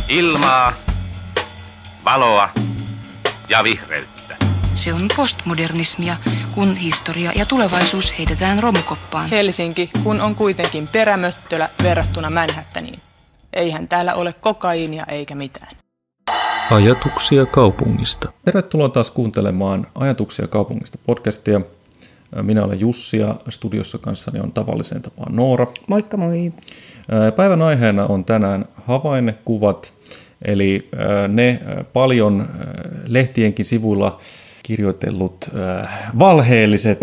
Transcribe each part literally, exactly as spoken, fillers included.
Ilmaa, valoa ja vihreyttä. Se on postmodernismia, kun historia ja tulevaisuus heitetään romukoppaan. Helsinki, kun on kuitenkin perämöttölä verrattuna Manhattaniin. Eihän täällä ole kokaiinia eikä mitään. Ajatuksia kaupungista. Tervetuloa taas kuuntelemaan Ajatuksia kaupungista podcastia. Minä olen Jussi ja studiossa kanssani on tavalliseen tapaan Noora. Moikka moi. Päivän aiheena on tänään havainnekuvat, eli ne paljon lehtienkin sivuilla kirjoitellut valheelliset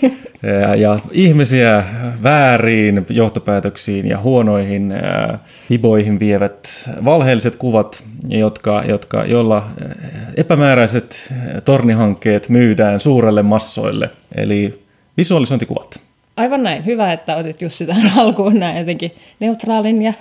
ja ihmisiä vääriin johtopäätöksiin ja huonoihin hiboihin vievät valheelliset kuvat, jotka, jotka, joilla epämääräiset tornihankkeet myydään suurelle massoille, eli visualisointikuvat. Aivan näin. Hyvä, että otit Jussi tähän alkuun näin jotenkin neutraalin ja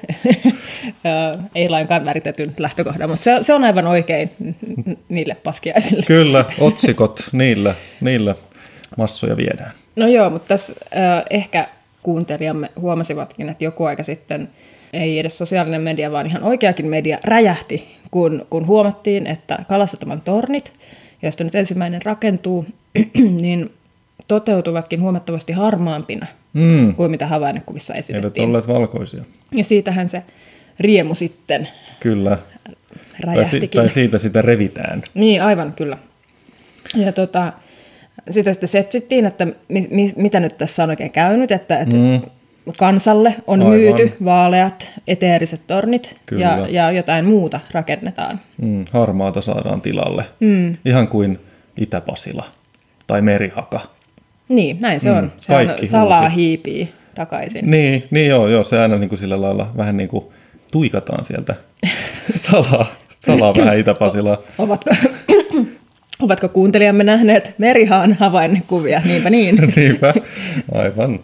ei lainkaan väritetyn lähtökohdan, mutta se, se on aivan oikein niille paskiaisille. Kyllä, otsikot, niillä, niillä massoja viedään. No joo, mutta tässä äh, ehkä kuuntelijamme huomasivatkin, että joku aika sitten ei edes sosiaalinen media, vaan ihan oikeakin media räjähti, kun, kun huomattiin, että Kalasataman tornit, joista nyt ensimmäinen rakentuu, niin toteutuvatkin huomattavasti harmaampina mm. kuin mitä havainnekuvissa esitettiin. Eivät olleet valkoisia. Ja siitähän se riemu sitten kyllä. räjähtikin. Tai, tai siitä sitä revitään. Niin, aivan kyllä. Ja tota, sitä sitten setsittiin, että mi, mi, mitä nyt tässä on oikein käynyt, että, että mm. kansalle on aivan myyty vaaleat eteeriset tornit ja, ja jotain muuta rakennetaan. Mm, harmaata saadaan tilalle. Mm. Ihan kuin Itä-Pasila tai Merihaka. Niin, näin se on. Mm, se on salaa huusi. Hiipii takaisin. Niin, niin joo, joo, se aina niin kuin sillä lailla vähän niin kuin tuikataan sieltä salaa, salaa vähän Itä-Pasilaa. Ovatko, ovatko kuuntelijamme nähneet Merihaan havainnekuvia? Niinpä niin. Niinpä, aivan.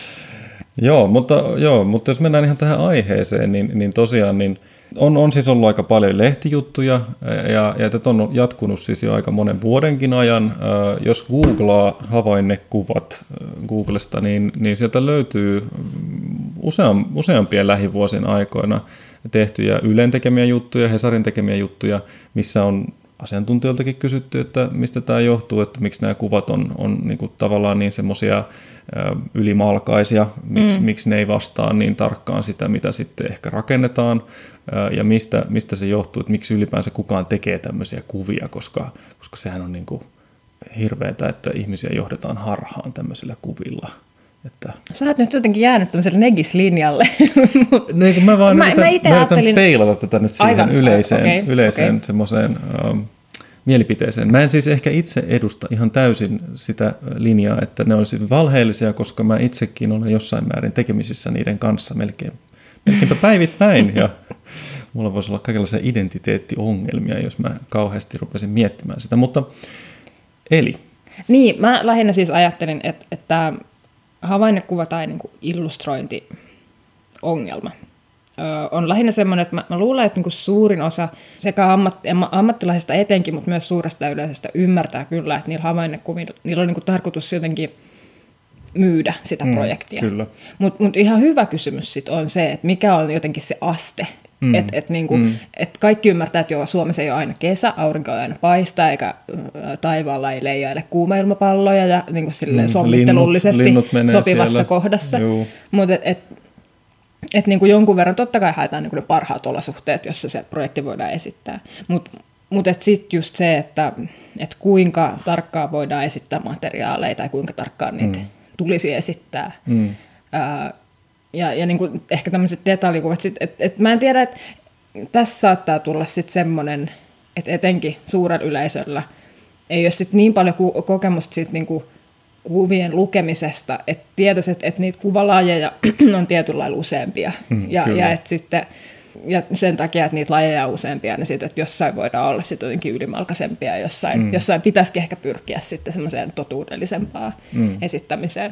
Joo, mutta, joo, mutta jos mennään ihan tähän aiheeseen, niin, niin tosiaan niin on, on siis ollut aika paljon lehtijuttuja, ja, ja tätä on jatkunut siis jo aika monen vuodenkin ajan. Jos googlaa havainnekuvat Googlesta, niin, niin sieltä löytyy useam, useampien lähivuosien aikoina tehtyjä Ylen tekemiä juttuja, Hesarin tekemiä juttuja, missä on asiantuntijoiltakin kysytty, että mistä tämä johtuu, että miksi nämä kuvat on, on niin kuin tavallaan niin semmoisia ylimalkaisia, miksi, mm. miksi ne ei vastaa niin tarkkaan sitä, mitä sitten ehkä rakennetaan, ja mistä, mistä se johtuu, että miksi ylipäänsä kukaan tekee tämmöisiä kuvia, koska, koska sehän on niin kuin hirveätä, että ihmisiä johdetaan harhaan tämmöisillä kuvilla. Että sä oot nyt jotenkin jäänyt tämmöiselle negislinjalle. No, mä vaan mä, yritän, mä ite mä ajattelin peilata tätä nyt siihen aivan yleiseen, okay, yleiseen okay. semmoiseen um, mielipiteeseen. Mä en siis ehkä itse edusta ihan täysin sitä linjaa, että ne olisi valheellisia, koska mä itsekin olen jossain määrin tekemisissä niiden kanssa melkein, melkeinpä päivittäin. Ja mulla voisi olla kaikenlaisia identiteettiongelmia, jos mä kauheasti rupesin miettimään sitä. Mutta eli? Niin, mä lähinnä siis ajattelin, että, että havainnekuva tai niin kuin illustrointi-ongelma öö, on lähinnä semmoinen, että mä, mä luulen, että niin kuin suurin osa sekä ammat, ammattilaisista etenkin, mutta myös suuresta yleisöstä ymmärtää kyllä, että niillä havainnekuvilla niillä on niin kuin tarkoitus jotenkin myydä sitä mm, projektia. Mutta mut ihan hyvä kysymys sit on se, että mikä on jotenkin se aste. Mm. Että et niinku, mm. et kaikki ymmärtää, että joo, Suomessa ei ole aina kesä, aurinko ei aina paista, eikä taivaalla ei leijaile kuumailmapalloja ja niinku silleen mm. sovittelullisesti linnut, linnut sopivassa siellä kohdassa. Mutta et, et, et niinku jonkun verran totta kai haetaan niinku ne parhaat olosuhteet, jossa se projekti voidaan esittää. Mutta mut sitten just se, että et kuinka tarkkaan voidaan esittää materiaaleja tai kuinka tarkkaan niitä mm. tulisi esittää. Mm. Ää, Ja, ja niin kuin ehkä tämmöiset detaljikuvat, että et mä en tiedä, että tässä saattaa tulla sitten semmoinen, että etenkin suurella yleisöllä ei ole sitten niin paljon ku- kokemusta siitä niin kuin kuvien lukemisesta, että tietäisi, että, että niitä kuvalajeja on tietyllä lailla useampia. Mm, ja, ja, että sitten, ja sen takia, että niitä lajeja on useampia, niin sitten, että jossain voidaan olla sitten jotenkin ylimalkaisempia, ja jossain, mm. jossain pitäisikin ehkä pyrkiä sitten semmoiseen totuudellisempaan mm. esittämiseen.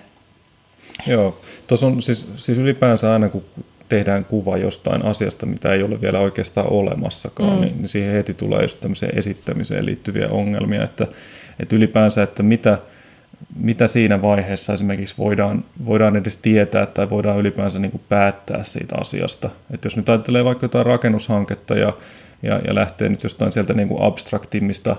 Joo, tuossa on siis, siis ylipäänsä aina kun tehdään kuva jostain asiasta, mitä ei ole vielä oikeastaan olemassakaan, mm. niin, niin siihen heti tulee just tämmöiseen esittämiseen liittyviä ongelmia, että, että ylipäänsä, että mitä, mitä siinä vaiheessa esimerkiksi voidaan, voidaan edes tietää tai voidaan ylipäänsä niin kuin päättää siitä asiasta. Että jos nyt ajattelee vaikka jotain rakennushanketta ja, ja, ja lähtee nyt jostain sieltä niin kuin abstraktimmista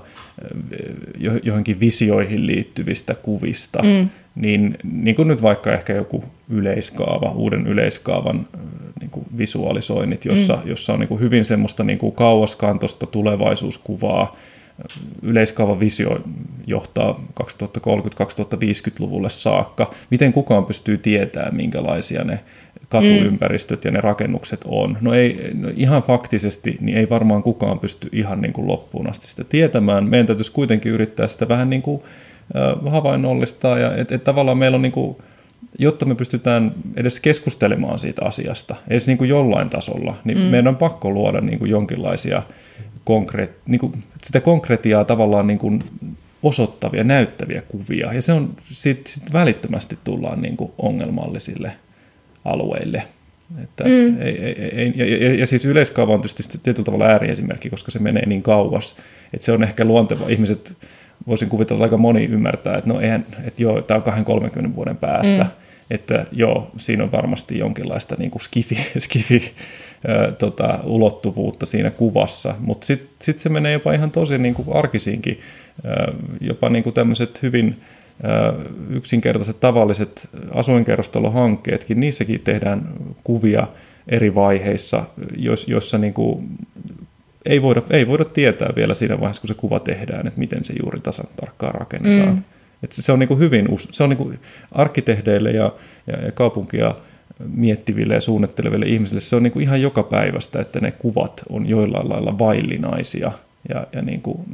johonkin visioihin liittyvistä kuvista, mm. niin, niin kuin nyt vaikka ehkä joku yleiskaava, uuden yleiskaavan niin kuin visualisoinnit, jossa, mm. jossa on niin kuin hyvin semmoista niin kuin kauaskantoista tulevaisuuskuvaa. Yleiskaavan visio johtaa kaksituhattakolmekymmentä kaksituhattaviisikymmentäluvulle saakka. Miten kukaan pystyy tietämään, minkälaisia ne katuympäristöt ja ne rakennukset on? No, ei, no ihan faktisesti niin ei varmaan kukaan pysty ihan niin kuin loppuun asti sitä tietämään. Meidän täytyisi kuitenkin yrittää sitä vähän niin kuin, äh, havainnollistaa, ja et, et tavallaan meillä on niin kuin, jotta me pystytään edes keskustelemaan siitä asiasta, edes niin kuin jollain tasolla, niin mm. meidän on pakko luoda niin kuin jonkinlaisia konkreet, niin kuin sitä konkretiaa tavallaan niin kuin osoittavia, näyttäviä kuvia. Ja se on sitten sit välittömästi tullaan niin kuin ongelmallisille alueille. Että mm. ei, ei, ei, ja, ja, ja siis yleiskaava on tietysti tietyllä tavalla ääriesimerkki, koska se menee niin kauas, että se on ehkä luonteva. Ihmiset, voisin kuvitella, aika moni ymmärtää, että no eihän, että joo, tämä on kaksikymmentä kolmekymmentä vuoden päästä. Mm. Että joo, siinä on varmasti jonkinlaista niin kuin skifi, skifi ää, tota, ulottuvuutta siinä kuvassa, mutta sitten sit se menee jopa ihan tosi niin kuin arkisiinkin, ää, jopa niin kuin tämmöiset hyvin ää, yksinkertaiset tavalliset asuinkerrostalohankkeetkin, niissäkin tehdään kuvia eri vaiheissa, joissa niin kuin ei, voida, ei voida tietää vielä siinä vaiheessa, kun se kuva tehdään, että miten se juuri tasan tarkkaan rakennetaan. Mm. Että se on niin kuin hyvin, se on niin kuin arkkitehdeille ja, ja, ja kaupunkia miettiville ja suunnitteleville ihmisille, se on niin kuin ihan joka päivästä, että ne kuvat on joillain lailla vaillinaisia. Ja, ja niin kuin,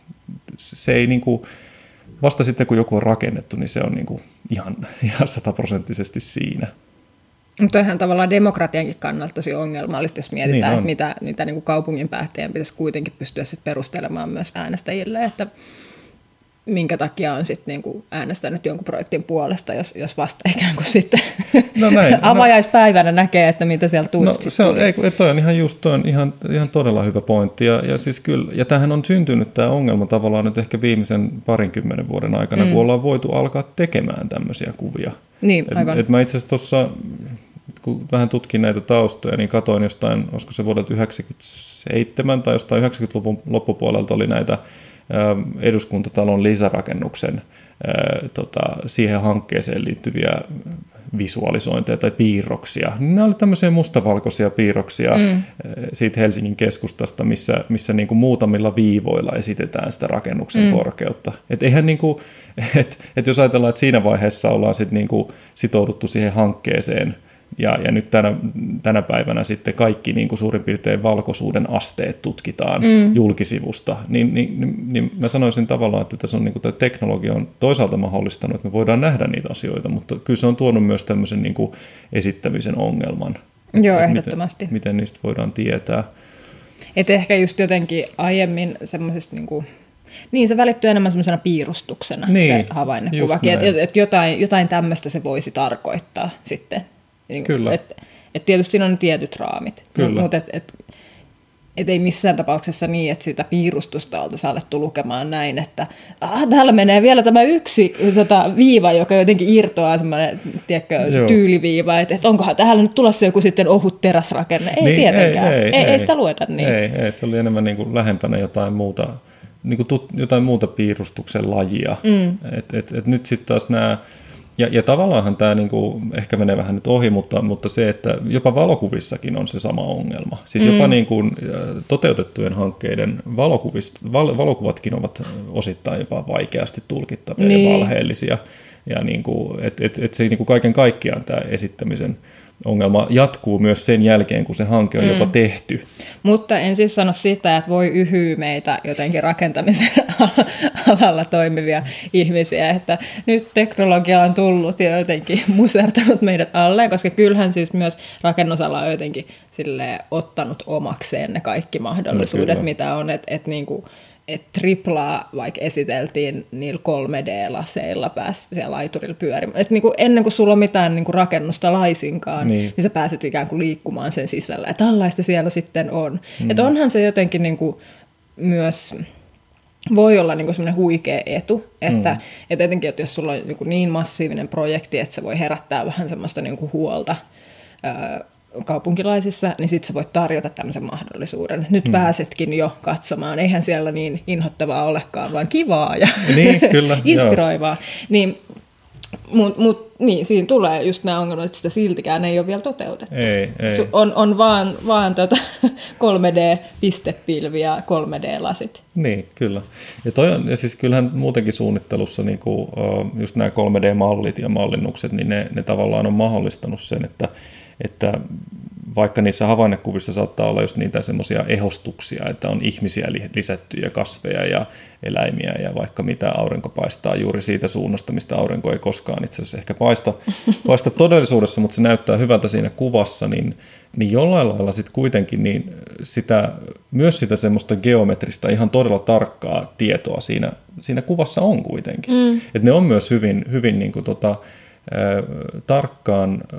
se ei niin kuin, vasta sitten kun joku on rakennettu, niin se on niin kuin ihan, ihan sataprosenttisesti siinä. Mutta toihan tavallaan demokratiankin kannalta tosi ongelmallista, jos mietitään, niin että mitä, mitä niin kuin kaupungin päättäjän pitäisi kuitenkin pystyä sit perustelemaan myös äänestäjille, että minkä takia on sitten niinku äänestänyt jonkun projektin puolesta, jos, jos vasta ikään kuin sitten no näin, avajaispäivänä no, näkee, että mitä siellä tuulisti. No se on, ei, toi on ihan just, toi on ihan, ihan todella hyvä pointti. Ja, ja, siis kyllä, ja tämähän on syntynyt tämä ongelma tavallaan nyt ehkä viimeisen parinkymmenen vuoden aikana, mm. kun ollaan voitu alkaa tekemään tämmöisiä kuvia. Niin, aivan. Et, et mä itse asiassa tuossa, kun vähän tutkin näitä taustoja, niin katoin jostain, olisiko se vuodelta yhdeksänkymmentäseitsemän tai jostain yhdeksänkymmentäluvun loppupuolelta oli näitä eduskuntatalon lisärakennuksen tota, siihen hankkeeseen liittyviä visualisointeja tai piirroksia. Nämä olivat tämmöisiä mustavalkoisia piirroksia mm. siitä Helsingin keskustasta, missä, missä niin kuin muutamilla viivoilla esitetään sitä rakennuksen mm. korkeutta. Et eihän niin kuin, et, et jos ajatellaan, että siinä vaiheessa ollaan sit niin kuin sitouduttu siihen hankkeeseen, Ja, ja nyt tänä, tänä päivänä sitten kaikki niin kuin suurin piirtein valkoisuuden asteet tutkitaan mm. julkisivusta, niin, niin, niin, niin mä sanoisin tavallaan, että tässä on, niin kuin, tämä teknologia on toisaalta mahdollistanut, että me voidaan nähdä niitä asioita, mutta kyllä se on tuonut myös tämmöisen niin kuin esittämisen ongelman. Joo, ehdottomasti. Miten, miten niistä voidaan tietää. Et ehkä just jotenkin aiemmin semmoisesta niin kuin niin, se välittyy enemmän semmoisena piirustuksena, niin, se havainnekuvakin, että et jotain, jotain tämmöistä se voisi tarkoittaa sitten. Kyllä. Et, et tietysti siinä on tietyt raamit, mutta et, et, et ei missään tapauksessa niin, että sitä piirustusta oltaisiin alettu lukemaan näin, että ah, täällä menee vielä tämä yksi tota, viiva, joka jotenkin irtoaa semmoinen tiedätkö, tyyliviiva, että et onkohan täällä nyt tulossa joku sitten ohut teräsrakenne. Ei niin, tietenkään, ei, ei, ei, ei sitä lueta niin. Ei, ei, se oli enemmän niin kuin lähempänä jotain muuta, niin kuin tut, jotain muuta piirustuksen lajia. Mm. Et, et, et nyt sitten taas nämä Ja, ja tavallaanhan tämä niinku, ehkä menee vähän nyt ohi, mutta, mutta se, että jopa valokuvissakin on se sama ongelma. Siis jopa mm. niinku, toteutettujen hankkeiden val, valokuvatkin ovat osittain jopa vaikeasti tulkittavia niin. ja valheellisia. Ja niinku, et, et, et se niinku kaiken kaikkiaan tämä esittämisen ongelma jatkuu myös sen jälkeen, kun se hanke on mm. jopa tehty. Mutta en siis sano sitä, että voi yhyä meitä jotenkin rakentamisen alalla toimivia ihmisiä, että nyt teknologia on tullut ja jotenkin musertanut meidät alleen, koska kyllähän siis myös rakennusala on jotenkin silleen ottanut omakseen ne kaikki mahdollisuudet, no, mitä on, että et niinku että triplaa vaikka esiteltiin niillä kolme D-laseilla pääsi siellä laiturilla pyörimään. Että niinku ennen kuin sulla on mitään niinku rakennusta laisinkaan, niin. niin sä pääset ikään kuin liikkumaan sen sisällä. Ja tällaista siellä sitten on. Mm. Että onhan se jotenkin niinku myös voi olla niin semmoinen huikea etu, että mm. et etenkin, että jos sulla on niin, niin massiivinen projekti, että se voi herättää vähän semmoista niin huolta ää, kaupunkilaisissa, niin sitten sä voit tarjota tämmöisen mahdollisuuden. Nyt mm. pääsetkin jo katsomaan, eihän siellä niin inhottavaa olekaan, vaan kivaa ja niin, kyllä, inspiroivaa. Niin, Mutta mut, niin, siinä tulee just nämä ongelmat, että sitä siltikään ei ole vielä toteutettu. Ei, ei. On, on vaan, vaan tota kolme D-pistepilvi ja kolme D-lasit. Niin, kyllä. Ja, toi on, ja siis kyllähän muutenkin suunnittelussa niin kuin, just nämä kolme D-mallit ja mallinnukset, niin ne, ne tavallaan on mahdollistanut sen, että, että vaikka niissä havainnekuvissa saattaa olla just niitä semmoisia ehostuksia, että on ihmisiä lisätty ja kasveja ja eläimiä ja vaikka mitä, aurinko paistaa juuri siitä suunnasta, mistä aurinko ei koskaan itse asiassa ehkä paista, paista todellisuudessa, mutta se näyttää hyvältä siinä kuvassa, niin, niin jollain lailla sitten kuitenkin niin sitä, myös sitä semmoista geometrista ihan todella tarkkaa tietoa siinä, siinä kuvassa on kuitenkin. Mm. Että ne on myös hyvin, hyvin niin kuin tota, äh, tarkkaan äh,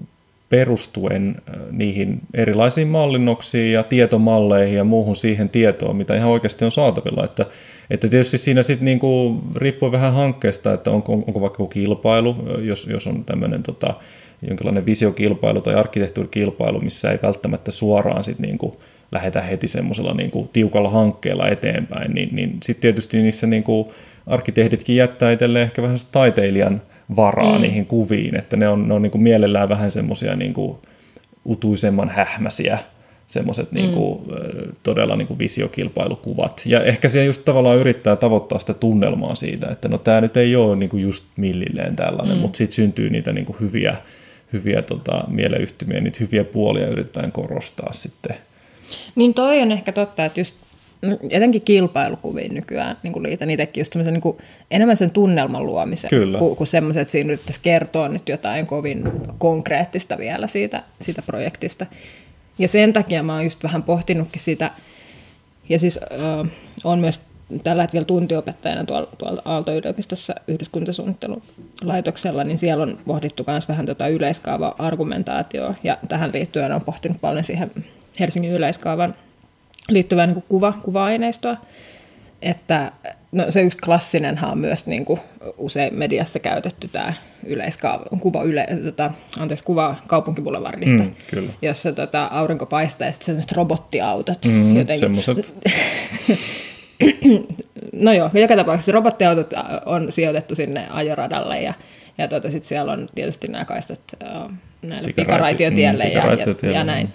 perustuen niihin erilaisiin mallinnoksiin ja tietomalleihin ja muuhun siihen tietoon, mitä ihan oikeasti on saatavilla. Että, että tietysti siinä sitten niinku riippuu vähän hankkeesta, että onko, onko vaikka kilpailu, jos, jos on tämmöinen tota, jonkinlainen visiokilpailu tai arkkitehtuurikilpailu, missä ei välttämättä suoraan sit niinku lähdetä heti semmoisella niinku tiukalla hankkeella eteenpäin, niin, niin sitten tietysti niissä niinku arkkitehditkin jättää itselleen ehkä vähän taiteilijan varaa mm. niihin kuviin, että ne on, ne on niin kuin mielellään vähän semmoisia niin kuin utuisemman hähmäisiä, semmoiset mm. niin kuin, todella niin kuin visiokilpailukuvat. Ja ehkä se just tavallaan yrittää tavoittaa sitä tunnelmaa siitä, että no tämä nyt ei ole niin kuin just millilleen tällainen, mm. mutta siitä syntyy niitä niin kuin hyviä, hyviä tota, mieleyhtymiä, niitä hyviä puolia yrittäen korostaa sitten. Niin toi on ehkä totta, että just etenkin kilpailukuviin nykyään niin liitän itsekin just niin kuin enemmän sen tunnelman luomisen, kuin, kuin semmoiset, että siinä yrittäisi kertoa nyt jotain kovin konkreettista vielä siitä, siitä projektista. Ja sen takia mä oon just vähän pohtinutkin sitä, ja siis äh, on myös tällä hetkellä tuntiopettajana tuolla, tuolla Aalto-yliopistossa yhdyskuntasuunnittelun laitoksella, niin siellä on pohdittu myös vähän tota yleiskaava-argumentaatioa, ja tähän liittyen on pohtinut paljon siihen Helsingin yleiskaavan liittyvää niin kuin kuva, kuva-aineistoa, että no, se yksi klassinenhan on myös niin kuin usein mediassa käytetty tämä yleiskaava, kuva, yle, tota, anteeksi, kuva kaupunkibulevardista, mm, jossa tota, aurinko paistaa ja sitten sellaiset robottiautot. Mm, semmoiset. No joo, joka tapauksessa robottiautot on sijoitettu sinne ajoradalle ja, ja tota, sitten siellä on tietysti nämä kaistat uh, näille pikaraitiotielle mm, ja, ja, ja näin.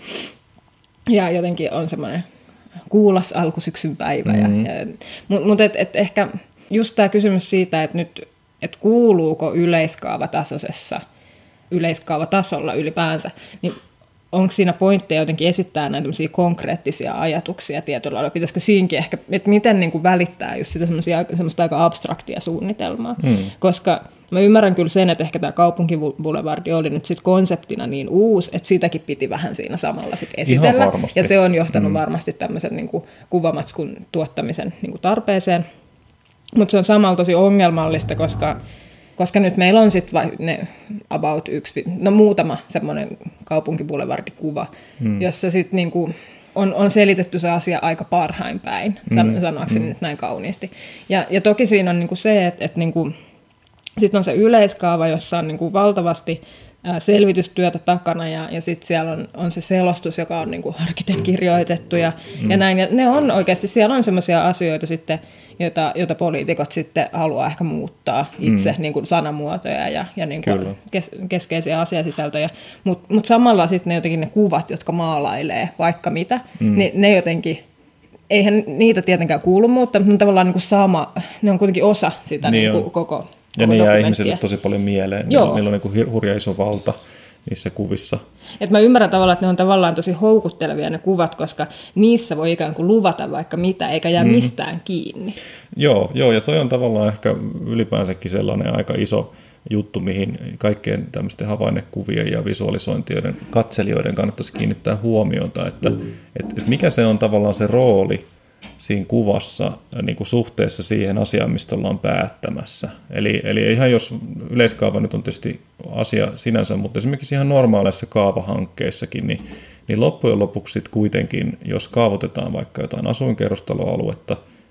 Ja jotenkin on semmoinen kuulas alkusyksyn päivä. Mm-hmm. Mutta mut et, et ehkä just tämä kysymys siitä, että nyt et kuuluuko yleiskaavatasoisessa, yleiskaavatasolla ylipäänsä, niin onko siinä pointteja jotenkin esittää näitä konkreettisia ajatuksia tietyllä lailla? Pitäisikö siinkin ehkä, että miten niin kuin välittää just sitä semmoista aika abstraktia suunnitelmaa? Mm. Koska mä ymmärrän kyllä sen, että ehkä tämä kaupunkibulevardi oli nyt sit konseptina niin uusi, että sitäkin piti vähän siinä samalla sit esitellä. Ja se on johtanut mm. varmasti tämmöisen niin kuin kuvamatskun tuottamisen niin kuin tarpeeseen. Mutta se on samalla tosi ongelmallista, koska, koska nyt meillä on sitten ne about yksi, no muutama semmoinen kaupunkibulevardikuva, mm. jossa sitten niin kuin on, on selitetty se asia aika parhain päin, san, sanoakseni mm. nyt näin kauniisti. Ja, ja toki siinä on niin kuin se, että, että niin kuin sitten on se yleiskaava, jossa on niin kuin valtavasti ää, selvitystyötä takana ja, ja sitten siellä on, on se selostus, joka on niin kuin harkiten kirjoitettu ja, mm. ja näin. Ja ne on oikeasti, siellä on sellaisia asioita sitten, joita, joita poliitikot sitten haluaa ehkä muuttaa itse, mm. niin kuin sanamuotoja ja, ja niin kuin kes, keskeisiä asiasisältöjä. Mutta mut samalla sitten ne jotenkin ne kuvat, jotka maalailee vaikka mitä, mm. niin ne jotenkin, eihän niitä tietenkään kuulu muuttaa, mutta ne on tavallaan niin kuin sama, ne on kuitenkin osa sitä niin niin kuin koko ja ne jää ihmisille tosi paljon mieleen. Niillä, niillä on niin hurja iso valta niissä kuvissa. Et mä ymmärrän tavallaan, että ne on tavallaan tosi houkuttelevia ne kuvat, koska niissä voi ikään kuin luvata vaikka mitä, eikä jää mm. mistään kiinni. Joo, joo, ja toi on tavallaan ehkä ylipäänsäkin sellainen aika iso juttu, mihin kaikkien tämmöisten havainnekuvien ja visualisointioiden katselijoiden kannattaisi kiinnittää huomiota, että mm. et, et mikä se on tavallaan se rooli siinä kuvassa niin kuin suhteessa siihen asiaan, mistä ollaan päättämässä. Eli, eli ihan jos yleiskaava nyt on tietysti asia sinänsä, mutta esimerkiksi ihan normaaleissa kaavahankkeissakin, niin, niin loppujen lopuksi kuitenkin, jos kaavoitetaan vaikka jotain asuinkerrostaloaluetta,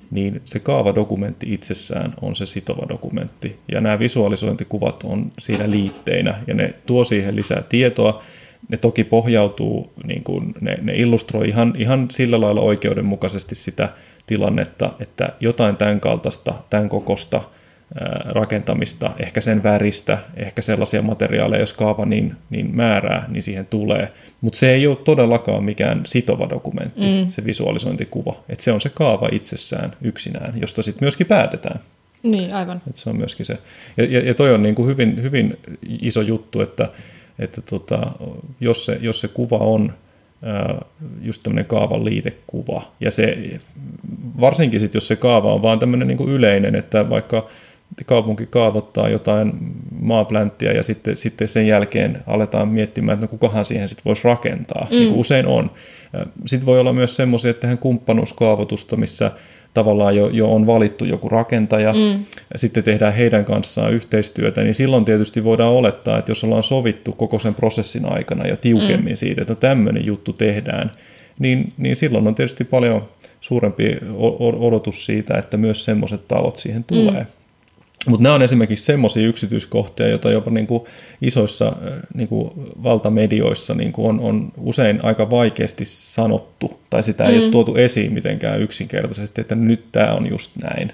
niin se kaavadokumentti itsessään on se sitova dokumentti. Ja nämä visualisointikuvat on siinä liitteinä ja ne tuo siihen lisää tietoa. Ne toki pohjautuu, niin kuin ne, ne illustroi ihan, ihan sillä lailla oikeudenmukaisesti sitä tilannetta, että jotain tämän kaltaista, tämän kokosta rakentamista, ehkä sen väristä, ehkä sellaisia materiaaleja, jos kaava niin, niin määrää, niin siihen tulee. Mutta se ei ole todellakaan mikään sitova dokumentti, mm. se visualisointikuva. Et se on se kaava itsessään yksinään, josta sitten myöskin päätetään. Niin, aivan. Et se on myöskin se. Ja, ja, ja toi on niin kuin hyvin, hyvin iso juttu, että, että tota, jos, se, jos se kuva on ää, just tämmöinen kaavan liitekuva, ja se, varsinkin sitten, jos se kaava on vaan tämmöinen niin kuin yleinen, että vaikka kaupunki kaavoittaa jotain maaplänttiä ja sitten, sitten sen jälkeen aletaan miettimään, että no kukahan siihen sitten voisi rakentaa, mm. niin kuin usein on. Sitten voi olla myös semmoisia, että tehdään kumppanuuskaavoitusta, missä tavallaan jo, jo on valittu joku rakentaja, mm. ja sitten tehdään heidän kanssaan yhteistyötä, niin silloin tietysti voidaan olettaa, että jos ollaan sovittu koko sen prosessin aikana ja tiukemmin mm. siitä, että no tämmöinen juttu tehdään, niin, niin silloin on tietysti paljon suurempi odotus siitä, että myös semmoiset talot siihen tulee. Mm. Mutta nämä on esimerkiksi semmoisia yksityiskohtia, joita jopa niin kuin isoissa niin kuin valtamedioissa niin kuin on, on usein aika vaikeasti sanottu, tai sitä ei mm. ole tuotu esiin mitenkään yksinkertaisesti, että nyt tämä on just näin.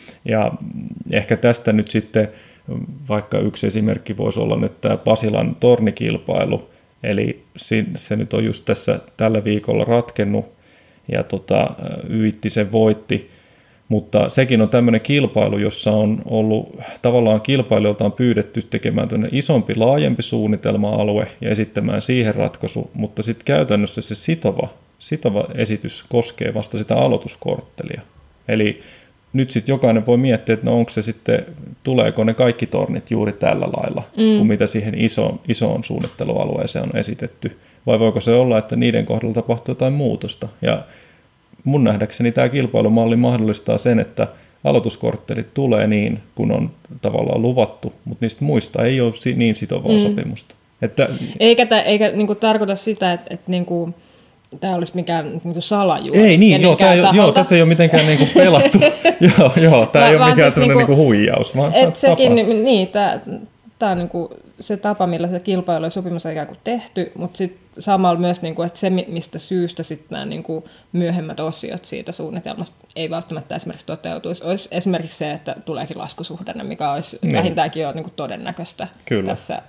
Ja ehkä tästä nyt sitten, vaikka yksi esimerkki voisi olla nyt tämä Pasilan tornikilpailu, eli se nyt on just tässä tällä viikolla ratkennut, ja tota, Y I T I sen voitti. Mutta sekin on tämmöinen kilpailu, jossa on ollut tavallaan kilpailijoilta on pyydetty tekemään isompi, laajempi suunnitelma-alue ja esittämään siihen ratkaisu, mutta sitten käytännössä se sitova, sitova esitys koskee vasta sitä aloituskorttelia. Eli nyt sitten jokainen voi miettiä, että no onko se sitten, tuleeko ne kaikki tornit juuri tällä lailla, mm. kuin mitä siihen isoon, isoon suunnittelualueeseen on esitetty, vai voiko se olla, että niiden kohdalla tapahtuu jotain muutosta. Ja mun nähdäkseni tämä kilpailumalli mahdollistaa sen, että aloituskorttelit tulee niin, kun on tavallaan luvattu, mutta niistä muista ei ole niin sitovaa mm. sopimusta. Että, eikä tämä, eikä niinku tarkoita sitä, että, että niinku, tämä olisi mikään niinku salajuoni. Ei niin, joo, ei, joo, tässä ei ole mitenkään niinku pelattu. joo, joo, tämä ei ole mikään siis sellainen niinku, huijaus. Vaan et sekin, niin, tämä, tämä on niinku se tapa, millä se kilpailu ja sopimus on ikään kuin tehty, mutta sitten samalla myös, niinku, että se, mistä syystä sitten nämä niinku myöhemmät osiot siitä suunnitelmasta ei välttämättä esimerkiksi toteutuisi, olisi esimerkiksi se, että tuleekin laskusuhdanne, mikä olisi niin. vähintäänkin jo niinku todennäköistä Kyllä. tässä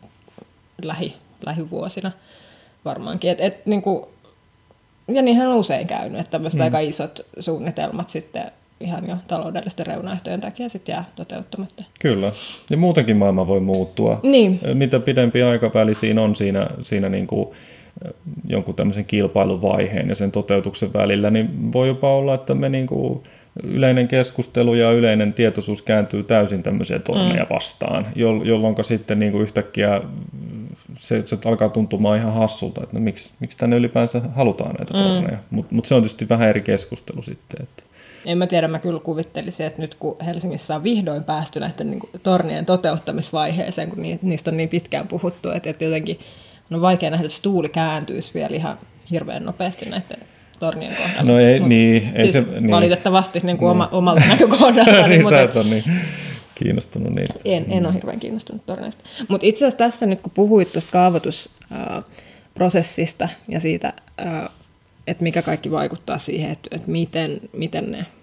lähi, lähivuosina varmaankin. Et, et, niinku, ja niinhän on usein käynyt, että tämmöiset mm. aika isot suunnitelmat sitten ihan jo taloudellisten reunaehtojen takia sitten jää toteuttamatta. Kyllä. Ja muutenkin maailma voi muuttua. Niin. Mitä pidempi aikaväli siinä on siinä, siinä niin kuin jonkun tämmöisen kilpailuvaiheen ja sen toteutuksen välillä, niin voi jopa olla, että me niin kuin yleinen keskustelu ja yleinen tietoisuus kääntyy täysin tämmöisiä torneja mm. vastaan, jolloin sitten niin kuin yhtäkkiä se, se alkaa tuntumaan ihan hassulta, että no miksi, miksi tänne ylipäänsä halutaan näitä torneja. Mm. Mutta mut se on tietysti vähän eri keskustelu sitten, että en mä tiedä, mä kyllä kuvittelisin, että nyt kun Helsingissä on vihdoin päästy näiden niin kuin, tornien toteuttamisvaiheeseen, kun niistä on niin pitkään puhuttu, että, että jotenkin on vaikea nähdä, että tuuli kääntyisi vielä ihan hirveän nopeasti näiden tornien kohdalla. No ei, niin. Ei siis se, niin. Valitettavasti niin kuin oma, omalta näkökohdalta. niin, sä et ole niin kiinnostunut niistä. En, en ole hirveän kiinnostunut torneista. Mutta itse asiassa tässä nyt, kun puhuit tuosta kaavoitusprosessista ja siitä, että mikä kaikki vaikuttaa siihen, että, että miten, miten ne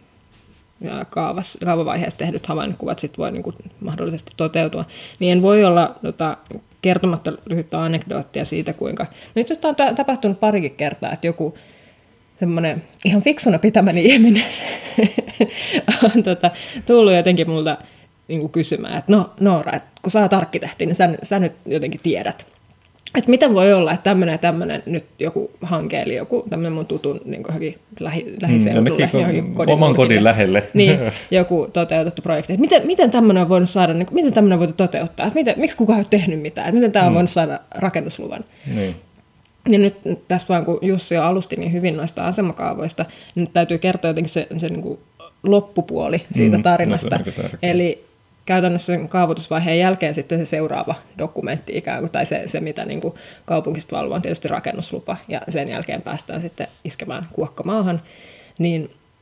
kaavas, kaavavaiheessa tehdyt havainnekuvat sit voi niin kuin mahdollisesti toteutua, niin en voi olla tota, kertomatta lyhyttä anekdoottia siitä, kuinka no itse asiassa on tapahtunut parikin kertaa, että joku semmoinen ihan fiksuna pitämäni ihminen on tota, tullut jotenkin multa niin kuin kysymään, että no Noora, että kun sä oot arkkitehti, niin sä, sä nyt jotenkin tiedät, että miten voi olla, että tämmöinen ja tämmöinen nyt joku hanke, eli joku tämmöinen mun tutun niin johonkin lähi, lähiseudulle, mm, johonkin kodin oman kodin lähelle. Niin, joku toteutettu projekti. Että miten, miten tämmöinen on voinut saada, niin, miten tämmöinen on voitu toteuttaa? Että miten, miksi kukaan ei ole tehnyt mitään? Että miten tämä on mm. voinut saada rakennusluvan? Niin. Ja nyt tässä vaan, kun Jussi jo alusti niin hyvin noista asemakaavoista, niin nyt täytyy kertoa jotenkin se, se niin kuin loppupuoli siitä mm, tarinasta. No eli käytännössä sen kaavoitusvaiheen jälkeen sitten se seuraava dokumentti ikään kuin, tai se, se mitä niin kuin kaupungista valvoo, on tietysti rakennuslupa, ja sen jälkeen päästään sitten iskemään kuokka maahan, niin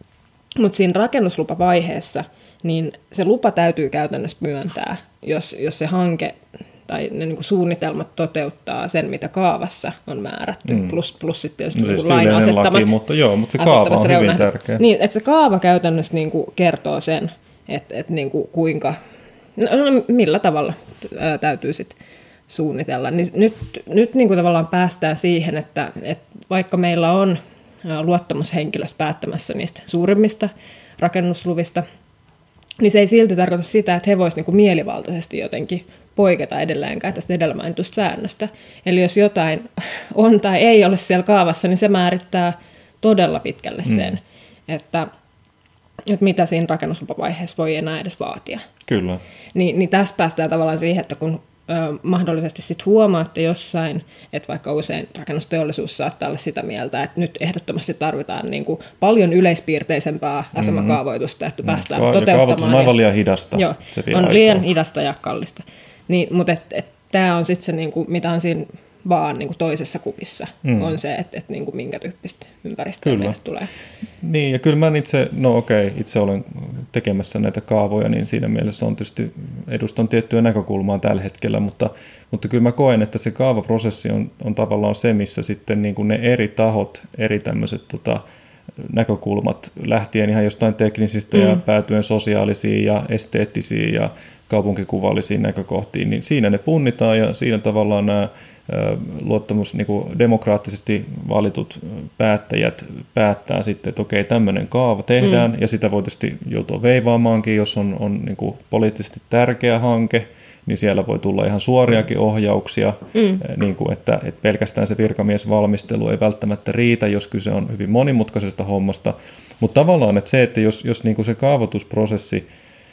Mutta siinä rakennuslupavaiheessa niin se lupa täytyy käytännössä myöntää, jos, jos se hanke tai ne niin kuin suunnitelmat toteuttaa sen, mitä kaavassa on määrätty, mm. plus, plus sitten tietysti no, niin lain asettamat, laki, mutta joo, mutta se kaava on hyvin tärkeä. Niin, että se kaava käytännössä niin kuin kertoo sen, että, että niin kuin kuinka, no, millä tavalla ää, täytyy sitten suunnitella. Niin nyt nyt niin kuin tavallaan päästään siihen, että, että vaikka meillä on luottamushenkilöt päättämässä niistä suurimmista rakennusluvista, niin se ei silti tarkoita sitä, että he voisivat niin kuin mielivaltaisesti jotenkin poiketa edelleenkään tästä edellä mainitusta säännöstä. Eli jos jotain on tai ei ole siellä kaavassa, niin se määrittää todella pitkälle sen, mm. että, että mitä siinä rakennuslupavaiheessa voi enää edes vaatia. Kyllä. Niin, niin tässä päästään tavallaan siihen, että kun ö, mahdollisesti sit huomaatte jossain, että vaikka usein rakennusteollisuus saattaa olla sitä mieltä, että nyt ehdottomasti tarvitaan niin kuin paljon yleispiirteisempää asemakaavoitusta, että mm-hmm. päästään Ka- toteuttamaan. Kaavoitus on aivan liian hidasta. Joo, on aikaa. liian hidasta ja kallista. Niin, mutta et, et, tämä on sitten se, niinku, mitä on siinä vaan niinku toisessa kupissa, mm. on se, että et, niinku, minkä tyyppistä ympäristöä kyllä. meille tulee. Niin, ja kyllä mä itse, no okei, itse olen tekemässä näitä kaavoja, niin siinä mielessä on tietysti, edustan tiettyä näkökulmaa tällä hetkellä, mutta, mutta kyllä mä koen, että se kaavaprosessi on, on tavallaan se, missä sitten niinku ne eri tahot, eri tämmöiset tota, näkökulmat lähtien ihan jostain teknisistä mm. ja päätyen sosiaalisiin ja esteettisiin ja kaupunkikuvallisiin näkökohtiin, niin siinä ne punnitaan ja siinä tavallaan nämä luottamus, niin kuin demokraattisesti valitut päättäjät päättää sitten, että okei, tämmöinen kaava tehdään mm. ja sitä voi tietysti joutua veivaamaankin, jos on, on niin kuin poliittisesti tärkeä hanke, niin siellä voi tulla ihan suoriakin ohjauksia, mm. niin kuin että, että pelkästään se virkamiesvalmistelu ei välttämättä riitä, jos kyse on hyvin monimutkaisesta hommasta, mutta tavallaan että se, että jos, jos niin kuin se kaavoitusprosessi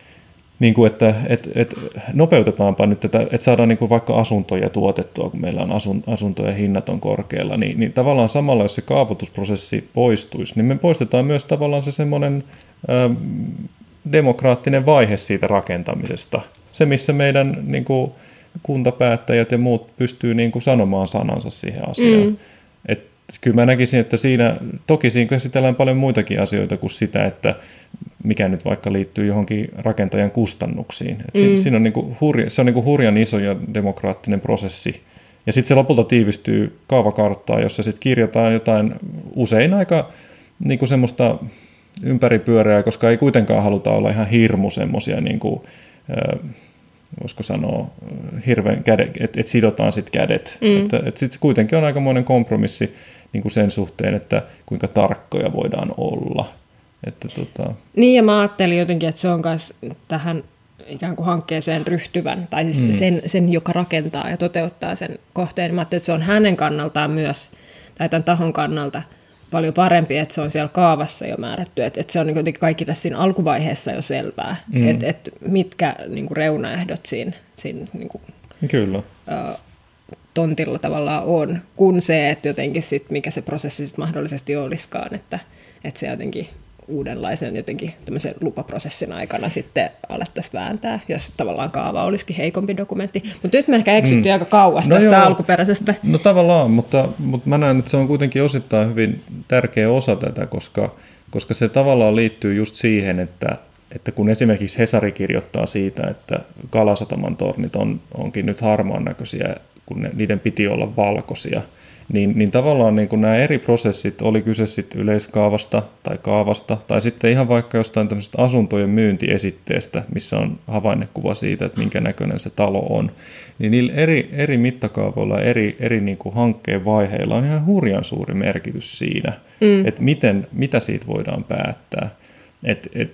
niin kuin, että et, et nopeutetaanpa nyt tätä, että saadaan niin kuin vaikka asuntoja tuotettua, kun meillä on asun, asuntojen hinnat on korkealla, niin, niin tavallaan samalla, jos se kaavoitusprosessi poistuisi, niin me poistetaan myös tavallaan se semmoinen ä, demokraattinen vaihe siitä rakentamisesta. Se, missä meidän niin kuin, kuntapäättäjät ja muut pystyy niin kuin, sanomaan sanansa siihen asiaan. Mm. Et, kyllä mä näkisin, että siinä, toki siinä käsitellään paljon muitakin asioita kuin sitä, että mikä nyt vaikka liittyy johonkin rakentajan kustannuksiin. Et mm. siinä on niinku hurja, se on niinku hurjan iso ja demokraattinen prosessi. Ja sitten se lopulta tiivistyy kaavakarttaan, jossa sitten kirjataan jotain usein aika niinku semmoista ympäripyöreää, koska ei kuitenkaan haluta olla ihan hirmu semmoisia, niinku, äh, voisiko sanoa, hirveän kädet, että et sidotaan sitten kädet. Mm. Että et sitten kuitenkin on aikamoinen kompromissi niinku sen suhteen, että kuinka tarkkoja voidaan olla. Että tota... Niin, ja mä ajattelin jotenkin, että se on myös tähän ikään kuin hankkeeseen ryhtyvän, tai siis mm. sen, sen, joka rakentaa ja toteuttaa sen kohteen. Mä ajattelin, että se on hänen kannaltaan myös, tai tämän tahon kannalta paljon parempi, että se on siellä kaavassa jo määrätty, että, että se on niin jotenkin kaikki tässä siinä alkuvaiheessa jo selvää, mm. että, että mitkä niin kuin reunaehdot siinä, siinä niin kuin, Kyllä. Ä, tontilla tavallaan on, kun se, että jotenkin sit, mikä se prosessi sit mahdollisesti olisikaan, että, että se jotenkin uudenlaisen jotenkin tämmöisen lupaprosessin aikana sitten alettaisiin vääntää, jos tavallaan kaava olisikin heikompi dokumentti. Mutta nyt me ehkä eksyttiin mm. aika kauas no tästä joo. alkuperäisestä. No tavallaan, mutta, mutta mä näen, että se on kuitenkin osittain hyvin tärkeä osa tätä, koska, koska se tavallaan liittyy just siihen, että, että kun esimerkiksi Hesari kirjoittaa siitä, että Kalasataman tornit on, onkin nyt harmaan näköisiä, kun ne, niiden piti olla valkoisia, Niin, niin tavallaan niin kuin nämä eri prosessit, oli kyse sitten yleiskaavasta tai kaavasta, tai sitten ihan vaikka jostain tämmöisestä asuntojen myyntiesitteestä, missä on havainnekuva siitä, että minkä näköinen se talo on, niin niillä eri, eri mittakaavoilla, eri, eri niin kuin hankkeen vaiheilla on ihan hurjan suuri merkitys siinä, mm. että miten, mitä siitä voidaan päättää. Et, et,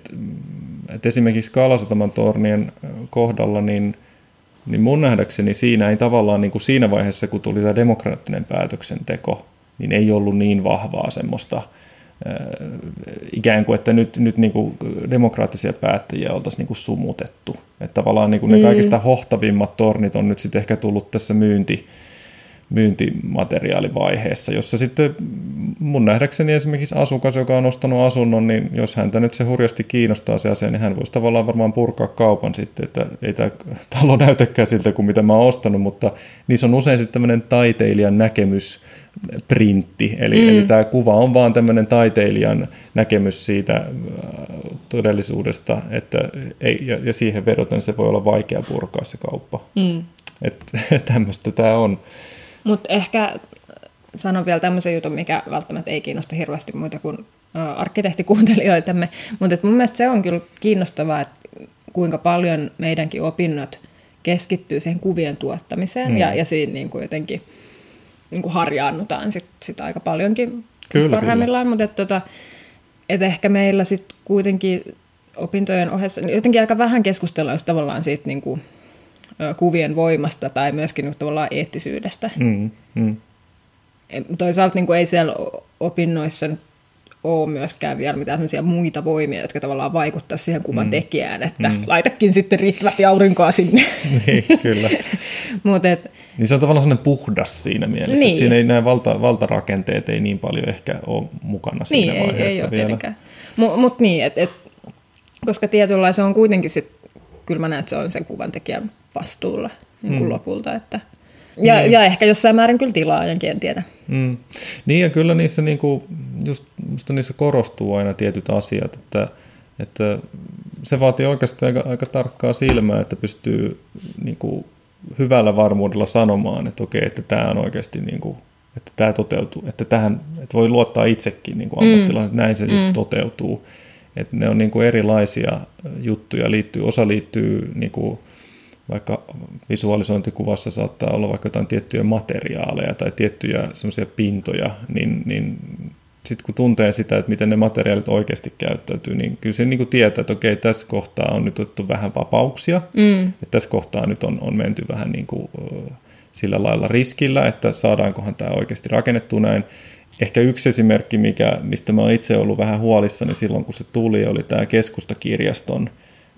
et esimerkiksi Kalasataman tornien kohdalla, niin niin mun nähdäkseni siinä ei tavallaan niin kuin siinä vaiheessa, kun tuli tämä demokraattinen päätöksenteko, niin ei ollut niin vahvaa semmoista äh, ikään kuin, että nyt, nyt niin kuin demokraattisia päättäjiä oltaisiin niin kuin sumutettu. Että tavallaan niin kuin ne kaikista hohtavimmat tornit on nyt sitten ehkä tullut tässä myynti, myyntimateriaalivaiheessa, jossa sitten mun nähdäkseni esimerkiksi asukas, joka on ostanut asunnon, niin jos häntä nyt se hurjasti kiinnostaa se asia, niin hän voisi tavallaan varmaan purkaa kaupan sitten, että ei tämä talo näytäkään siltä kuin mitä mä oon ostanut, mutta niissä on usein sitten tämmöinen taiteilijan näkemys, printti, eli, mm. eli tämä kuva on vaan tämmöinen taiteilijan näkemys siitä todellisuudesta, että ei, ja, ja siihen vedoten se voi olla vaikea purkaa se kauppa. Mm. Että tämmöistä tämä on. Mutta ehkä sanon vielä tämmöisen jutun, mikä välttämättä ei kiinnosta hirveästi muita kuin arkkitehtikuuntelijoitamme, mutta mun mielestä se on kyllä kiinnostavaa, että kuinka paljon meidänkin opinnot keskittyy siihen kuvien tuottamiseen mm. ja, ja siinä niin kuin jotenkin niin kuin harjaannutaan sit, sit aika paljonkin kyllä, parhaimmillaan, kyllä. mutta et, tota, et ehkä meillä sitten kuitenkin opintojen ohessa niin jotenkin aika vähän keskustellaan just tavallaan siitä niin kuin, ö, kuvien voimasta tai myöskin niin, tavallaan eettisyydestä. Mm, mm. Toisaalta niin kuin ei siellä opinnoissa ole myöskään vielä mitään sellaisia muita voimia, jotka tavallaan vaikuttaa siihen kuvan mm. tekijään, että mm. laitakin sitten riittävästi aurinkoa sinne. Niin, kyllä. Mut et, niin se on tavallaan sellainen puhdas siinä mielessä, niin. että siinä ei nämä valta, valtarakenteet ei niin paljon ehkä ole mukana siinä niin, vaiheessa ei, ei vielä. Mutta mut niin, et, et, koska tietynlainen se on kuitenkin sit, kyllä mä näen, että se on sen kuvan tekijän vastuulla niin kuin mm. lopulta, että Ja, niin. ja ehkä jossain määrin kyllä tilaajankin, en tiedä. Mm. Niin ja kyllä niissä, niinku, just, musta niissä korostuu aina tietyt asiat, että, että se vaatii oikeasti aika, aika tarkkaa silmää, että pystyy niinku, hyvällä varmuudella sanomaan, että okei, että tämä on oikeasti, niinku, että tämä toteutuu, että, tähän, että voi luottaa itsekin niinku ammattilainen, että näin se just mm. toteutuu. Että ne on niinku erilaisia juttuja, liittyy, osa liittyy niinku, vaikka visualisointikuvassa saattaa olla vaikka jotain tiettyjä materiaaleja tai tiettyjä semmoisia pintoja, niin, niin sitten kun tuntee sitä, että miten ne materiaalit oikeasti käyttäytyy, niin kyllä se niin kuin tietää, että okei, tässä kohtaa on nyt otettu vähän vapauksia, mm. että tässä kohtaa nyt on, on menty vähän niin kuin, sillä lailla riskillä, että saadaankohan tämä oikeasti rakennettu näin. Ehkä yksi esimerkki, mikä, mistä mä oon itse ollut vähän huolissani silloin, kun se tuli, oli tämä keskustakirjaston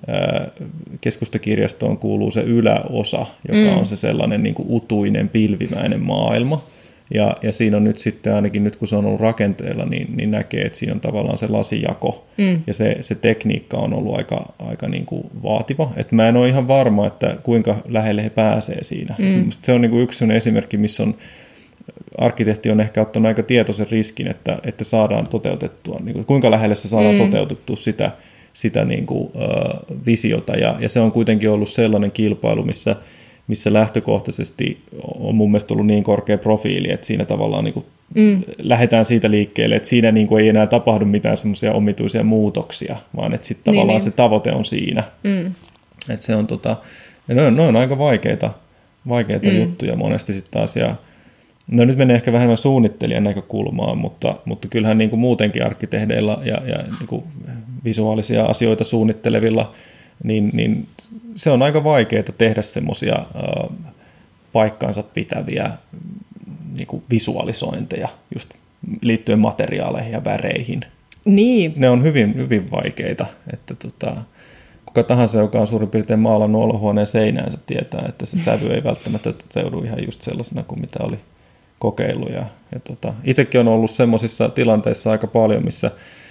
keskustakirjastoon kuuluu se yläosa, joka mm. on se sellainen niin kuin utuinen, pilvimäinen maailma. Ja, ja siinä on nyt sitten, ainakin nyt kun se on ollut rakenteella, niin, niin näkee, että siinä on tavallaan se lasijako. Mm. Ja se, se tekniikka on ollut aika, aika niin kuin vaativa. Et mä en ole ihan varma, että kuinka lähelle he pääsee siinä. Mm. Se on niin kuin yksi esimerkki, missä on arkkitehti on ehkä ottanut aika tietoisen riskin, että, että saadaan toteutettua, niin kuin, kuinka lähelle se saadaan mm. toteutettua sitä sitä niin kuin, uh, visiota, ja, ja se on kuitenkin ollut sellainen kilpailu, missä, missä lähtökohtaisesti on mun mielestä ollut niin korkea profiili, että siinä tavallaan niin kuin mm. lähdetään siitä liikkeelle, että siinä niin kuin ei enää tapahdu mitään semmoisia omituisia muutoksia, vaan että sitten tavallaan niin, se tavoite on siinä. Mm. Että se on tota, ja ne on, ne on aika vaikeita, vaikeita mm. juttuja monesti sitten taas, ja no nyt menee ehkä vähemmän suunnittelijan näkökulmaan, mutta, mutta kyllähän niin kuin muutenkin arkkitehdeilla ja, ja niin kuin visuaalisia asioita suunnittelevilla, niin, niin se on aika vaikeaa tehdä semmoisia äh, paikkaansa pitäviä niin kuin visualisointeja just liittyen materiaaleihin ja väreihin. Niin. Ne on hyvin, hyvin vaikeita, että tota, kuka tahansa, joka on suurin piirtein maalannut olohuoneen seinäänsä, tietää, että se sävy ei välttämättä toteudu ihan just sellaisena kuin mitä oli kokeilu. Ja, ja tota, itsekin on ollut semmoisissa tilanteissa aika paljon, missä,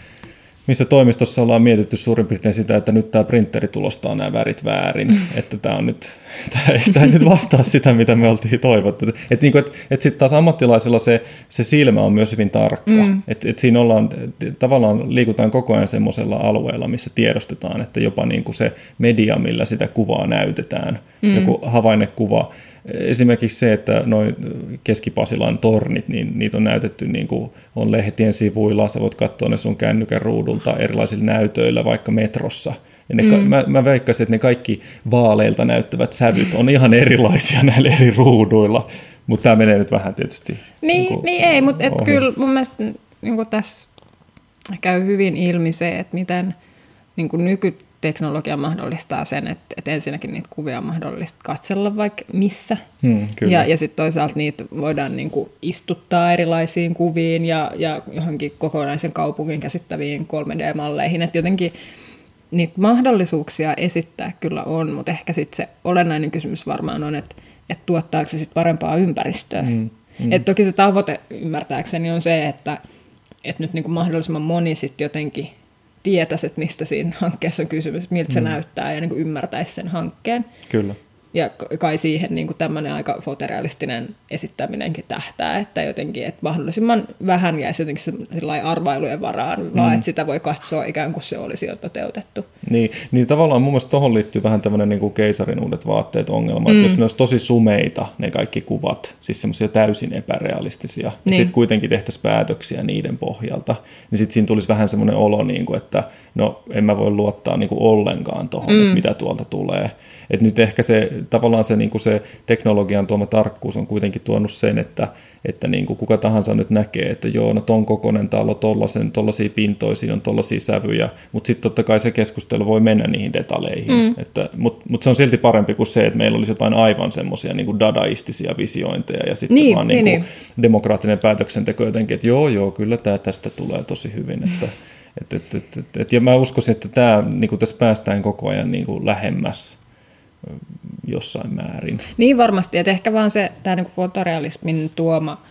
missä toimistossa ollaan mietitty suurin piirtein sitä, että nyt tämä printeri tulostaa nämä värit väärin, mm. että tämä on nyt, tämä ei, tämä ei nyt vastaa sitä, mitä me oltiin toivottu. Että niin et, et sitten taas ammattilaisilla se, se silmä on myös hyvin tarkka, mm. että et siinä ollaan, tavallaan liikutaan koko ajan semmoisella alueella, missä tiedostetaan, että jopa niin kuin se media, millä sitä kuvaa näytetään, mm. joku havainnekuva. Esimerkiksi se, että noin Keski-Pasilan tornit, niin niitä on näytetty niin kuin on lehtien sivuilla, sä voit katsoa ne sun kännykän ruudulta erilaisilla näytöillä, vaikka metrossa. Ja ne, mm. mä, mä veikkaisin, että ne kaikki vaaleilta näyttävät sävyt on ihan erilaisia näillä eri ruuduilla, mutta tämä menee nyt vähän tietysti. Niin, niin, kuin, niin ei, mutta et kyllä mun mielestä niin kuin tässä käy hyvin ilmi se, että miten niin kuin nykyteknologia mahdollistaa sen, että, että ensinnäkin niitä kuvia on mahdollista katsella vaikka missä. Hmm, ja ja sitten toisaalta niitä voidaan niin kuin istuttaa erilaisiin kuviin ja, ja johonkin kokonaisen kaupungin käsittäviin kolme D-malleihin. Että jotenkin niitä mahdollisuuksia esittää kyllä on, mutta ehkä sitten se olennainen kysymys varmaan on, että, että tuottaako se sitten parempaa ympäristöä. Mm, mm. Et toki se tavoite ymmärtääkseni on se, että, että nyt niin kuin mahdollisimman moni sitten jotenkin tietäisi, että mistä siinä hankkeessa on kysymys, miltä mm. se näyttää ja niin kuin ymmärtäisi sen hankkeen. Kyllä. Ja kai siihen niin kuin tämmöinen aika fotorealistinen esittäminenkin tähtää, että jotenkin, että mahdollisimman vähän jäisi jotenkin sellainen arvailujen varaan, mm. vaan että sitä voi katsoa ikään kuin se olisi jo toteutettu. Niin, niin tavallaan mun mielestä tuohon liittyy vähän tämmöinen niin kuin keisarin uudet vaatteet ongelma, mm. että jos ne olisi tosi sumeita ne kaikki kuvat, siis semmoisia täysin epärealistisia, niin. ja sitten kuitenkin tehtäisiin päätöksiä niiden pohjalta, niin sitten siinä tulisi vähän semmoinen olo, niin kuin, että no en mä voi luottaa niin kuin ollenkaan tuohon, mm. että mitä tuolta tulee. Että nyt ehkä se, tavallaan se, niin kuin se teknologian tuoma tarkkuus on kuitenkin tuonut sen, että, että niin kuin kuka tahansa nyt näkee, että joo, no ton kokoinen talo, tollaisia pintoja, siinä on tollaisia sävyjä, mutta sitten totta kai se keskustelu voi mennä niihin detaljeihin. Mm. Mutta mut se on silti parempi kuin se, että meillä olisi jotain aivan semmoisia niin kuin dadaistisia visiointeja ja sitten niin, vaan niin, niin kuin niin. demokraattinen päätöksenteko jotenkin, että joo, joo, kyllä tämä tästä tulee tosi hyvin. Että, et, et, et, et, et, ja mä uskoisin, että tämä, niin kuin tässä päästään koko ajan niin kuin lähemmäs jossain määrin. Niin varmasti, että ehkä vaan se tämä niinku fotorealismin tuoma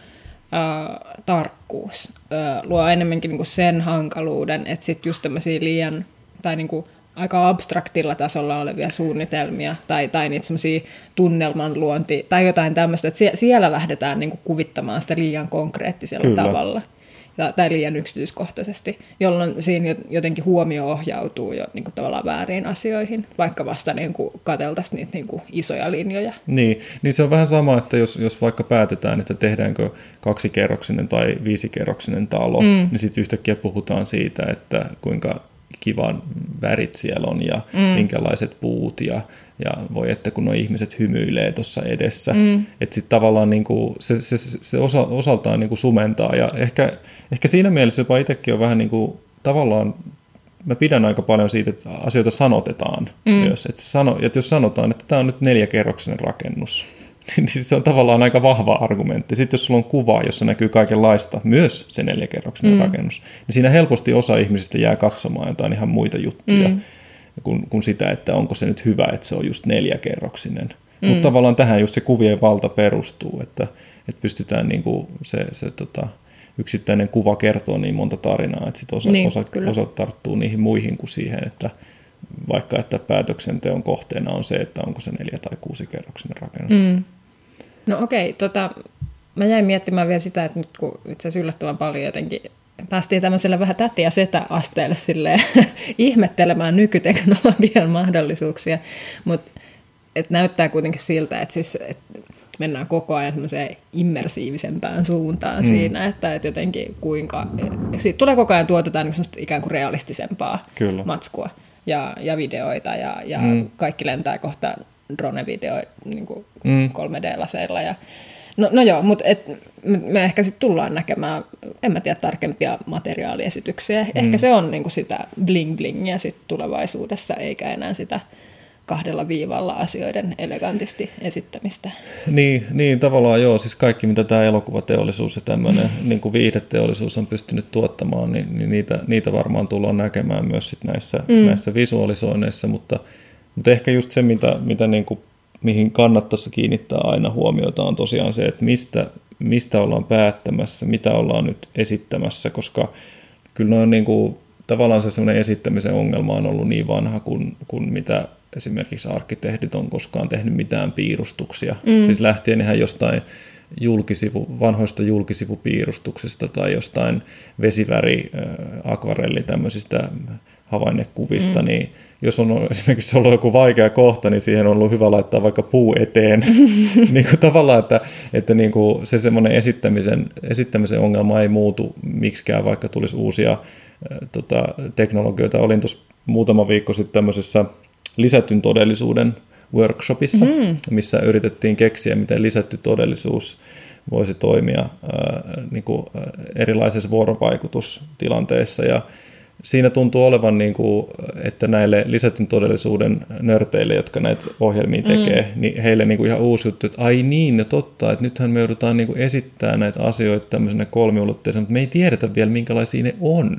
ää, tarkkuus ää, luo enemmänkin niinku sen hankaluuden, että sitten just tämmöisiä liian tai niinku aika abstraktilla tasolla olevia suunnitelmia tai, tai niitä semmoisia tunnelmanluonti tai jotain tämmöistä, että sie, siellä lähdetään niinku kuvittamaan sitä liian konkreettisella Kyllä. tavalla. Tai liian yksityiskohtaisesti, jolloin siinä jotenkin huomio ohjautuu jo niin kuin tavallaan vääriin asioihin, vaikka vasta niin kuin katseltaisiin niitä niin kuin isoja linjoja. Niin, niin se on vähän sama, että jos, jos vaikka päätetään, että tehdäänkö kaksikerroksinen tai viisikerroksinen talo, mm. niin sitten yhtäkkiä puhutaan siitä, että kuinka kivan värit siellä on ja mm. minkälaiset puut ja, ja voi että kun nuo ihmiset hymyilee tuossa edessä. Mm. Että sitten tavallaan niinku, se, se, se osa, osaltaan niinku sumentaa ja ehkä, ehkä siinä mielessä jopa itsekin on vähän niinku, tavallaan, mä pidän aika paljon siitä, että asioita sanotetaan mm. myös. Että, sano, että jos sanotaan, että tämä on nyt neljäkerroksinen rakennus, niin se on tavallaan aika vahva argumentti. Sitten jos sulla on kuva, jossa näkyy kaikenlaista, myös se neljäkerroksinen mm. rakennus, niin siinä helposti osa ihmisistä jää katsomaan jotain ihan muita juttuja mm. kuin, kuin sitä, että onko se nyt hyvä, että se on just neljäkerroksinen. Mm. Mutta tavallaan tähän just se kuvien valta perustuu, että, että pystytään niinku se, se tota, yksittäinen kuva kertoo niin monta tarinaa, että sit osa, niin, osa, osa tarttuu niihin muihin kuin siihen, että vaikka että päätöksenteon kohteena on se, että onko se neljä- tai kuusikerroksinen rakennus. Mm. No okei, tota, mä jäin miettimään vielä sitä, että nyt kun itse asiassa yllättävän paljon jotenkin päästiin tämmöiselle vähän täti- ja setä-asteelle silleen ihmettelemään nykyteknologian mahdollisuuksia, mutta näyttää kuitenkin siltä, että siis, et mennään koko ajan semmoiseen immersiivisempään suuntaan mm. siinä, että et jotenkin kuinka, et, siitä tulee koko ajan tuotetaan niin ikään kuin realistisempaa Kyllä. matskua. Ja, ja videoita ja, ja mm. kaikki lentää kohta drone-videoita niin kuin mm. kolme D-laseilla. Ja, no, no joo, mutta et, me, me ehkä sitten tullaan näkemään, en mä tiedä, tarkempia materiaaliesityksiä. Mm. Ehkä se on niin kuin sitä bling-blingiä sit tulevaisuudessa, eikä enää sitä kahdella viivalla asioiden elegantisti esittämistä. Niin, niin tavallaan joo, siis kaikki mitä tämä elokuvateollisuus ja tämmöinen niin kuin viihdeteollisuus on pystynyt tuottamaan, niin, niin niitä, niitä varmaan tullaan näkemään myös sit näissä, mm. näissä visualisoinneissa, mutta, mutta ehkä just se, mitä, mitä niin kuin, mihin kannattaisi kiinnittää aina huomiota, on tosiaan se, että mistä, mistä ollaan päättämässä, mitä ollaan nyt esittämässä, koska kyllä noin niin kuin, tavallaan se semmoinen esittämisen ongelma on ollut niin vanha kuin, kuin mitä esimerkiksi arkkitehdit on koskaan tehnyt mitään piirustuksia. Mm. Siis lähtien ihan jostain julkisivu, vanhoista julkisivupiirustuksista tai jostain vesiväri, äh, akvarelli tämmöisistä havainnekuvista, mm. niin jos on esimerkiksi ollut joku vaikea kohta, niin siihen on ollut hyvä laittaa vaikka puu eteen. niin kuin tavallaan, että, että niin kuin se semmoinen esittämisen, esittämisen ongelma ei muutu miksikään, vaikka tulisi uusia äh, tota, teknologioita. Olin tuossa muutama viikko sitten tämmöisessä lisätyn todellisuuden workshopissa, mm. missä yritettiin keksiä, miten lisätty todellisuus voisi toimia ää, niin kuin erilaisissa vuorovaikutustilanteissa. Ja siinä tuntuu olevan, niin kuin, että näille lisätyn todellisuuden nörteille, jotka näitä ohjelmia tekee, mm. niin heille niin kuin ihan uusi juttu, että ai niin, no totta, että nythän me joudutaan niin kuin esittämään näitä asioita tämmöisenä kolmiulotteisena, mutta me ei tiedetä vielä, minkälaisia ne on.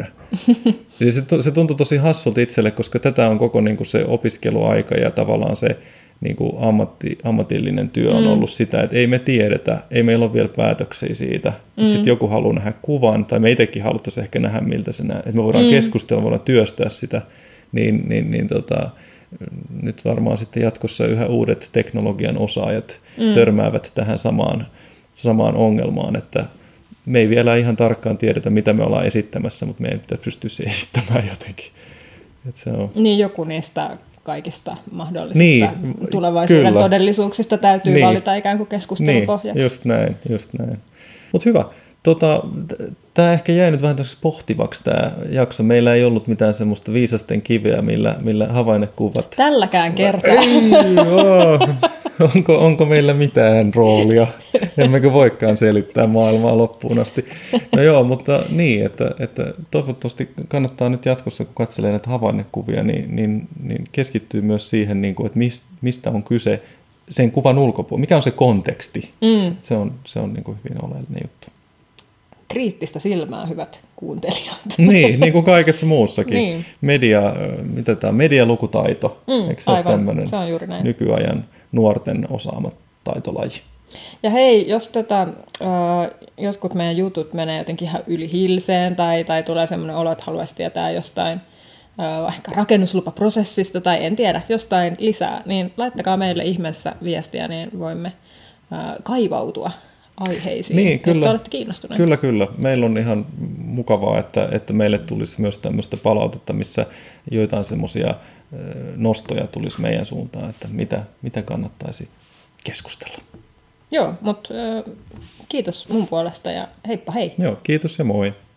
Se, se tuntui tosi hassulta itselle, koska tätä on koko niin kuin se opiskeluaika ja tavallaan se niin kuin ammatti, ammatillinen työ on mm. ollut sitä, että ei me tiedetä, ei meillä ole vielä päätöksiä siitä. Mm. Sitten joku haluaa nähdä kuvan, tai me itsekin haluttaisiin ehkä nähdä, miltä se nähdään. Että me voidaan mm. keskustella, voidaan työstää sitä, niin, niin, niin tota, nyt varmaan sitten jatkossa yhä uudet teknologian osaajat mm. törmäävät tähän samaan, samaan ongelmaan, että me ei vielä ihan tarkkaan tiedetä, mitä me ollaan esittämässä, mutta meidän pitää pystyä se esittämään jotenkin. Et se on... Niin joku niistä kaikista mahdollisista niin, tulevaisuuden kyllä. todellisuuksista täytyy niin. valita ikään kuin keskustelun niin, pohjaksi. Just näin, just näin. Mutta hyvä. Tota, tämä ehkä jäi nyt vähän pohtivaksi tämä jakso. Meillä ei ollut mitään semmoista viisasten kiveä, millä, millä havainnekuvat... Tälläkään kertaa. Ei, onko, onko meillä mitään roolia? Emmekö voikaan selittää maailmaa loppuun asti. No joo, mutta niin, että, että toivottavasti kannattaa nyt jatkossa, kun katselee näitä havainnekuvia, niin, niin, niin keskittyy myös siihen, niin kuin, että mistä on kyse sen kuvan ulkopuolella. Mikä on se konteksti? Mm. Se on, se on niin kuin hyvin oleellinen juttu. Kriittistä silmää, hyvät kuuntelijat. Niin, niin kuin kaikessa muussakin. Niin. Media, mitä tämä, medialukutaito, mm, eikö se aivan, ole tämmöinen se on juuri näin. Nykyajan nuorten osaama taitolaji? Ja hei, jos tota, äh, jotkut meidän jutut menee jotenkin ihan yli hilseen tai, tai tulee semmoinen olo, että haluaisi tietää jostain äh, ehkä rakennuslupaprosessista tai en tiedä, jostain lisää, niin laittakaa meille ihmeessä viestiä, niin voimme äh, kaivautua aiheisiin, niin, kyllä, jos te olette kiinnostuneet. Kyllä, kyllä. Meillä on ihan mukavaa, että, että meille tulisi myös tämmöistä palautetta, missä joitain semmoisia nostoja tulisi meidän suuntaan, että mitä, mitä kannattaisi keskustella. Joo, mutta äh, kiitos mun puolesta ja heippa hei. Joo, kiitos ja moi.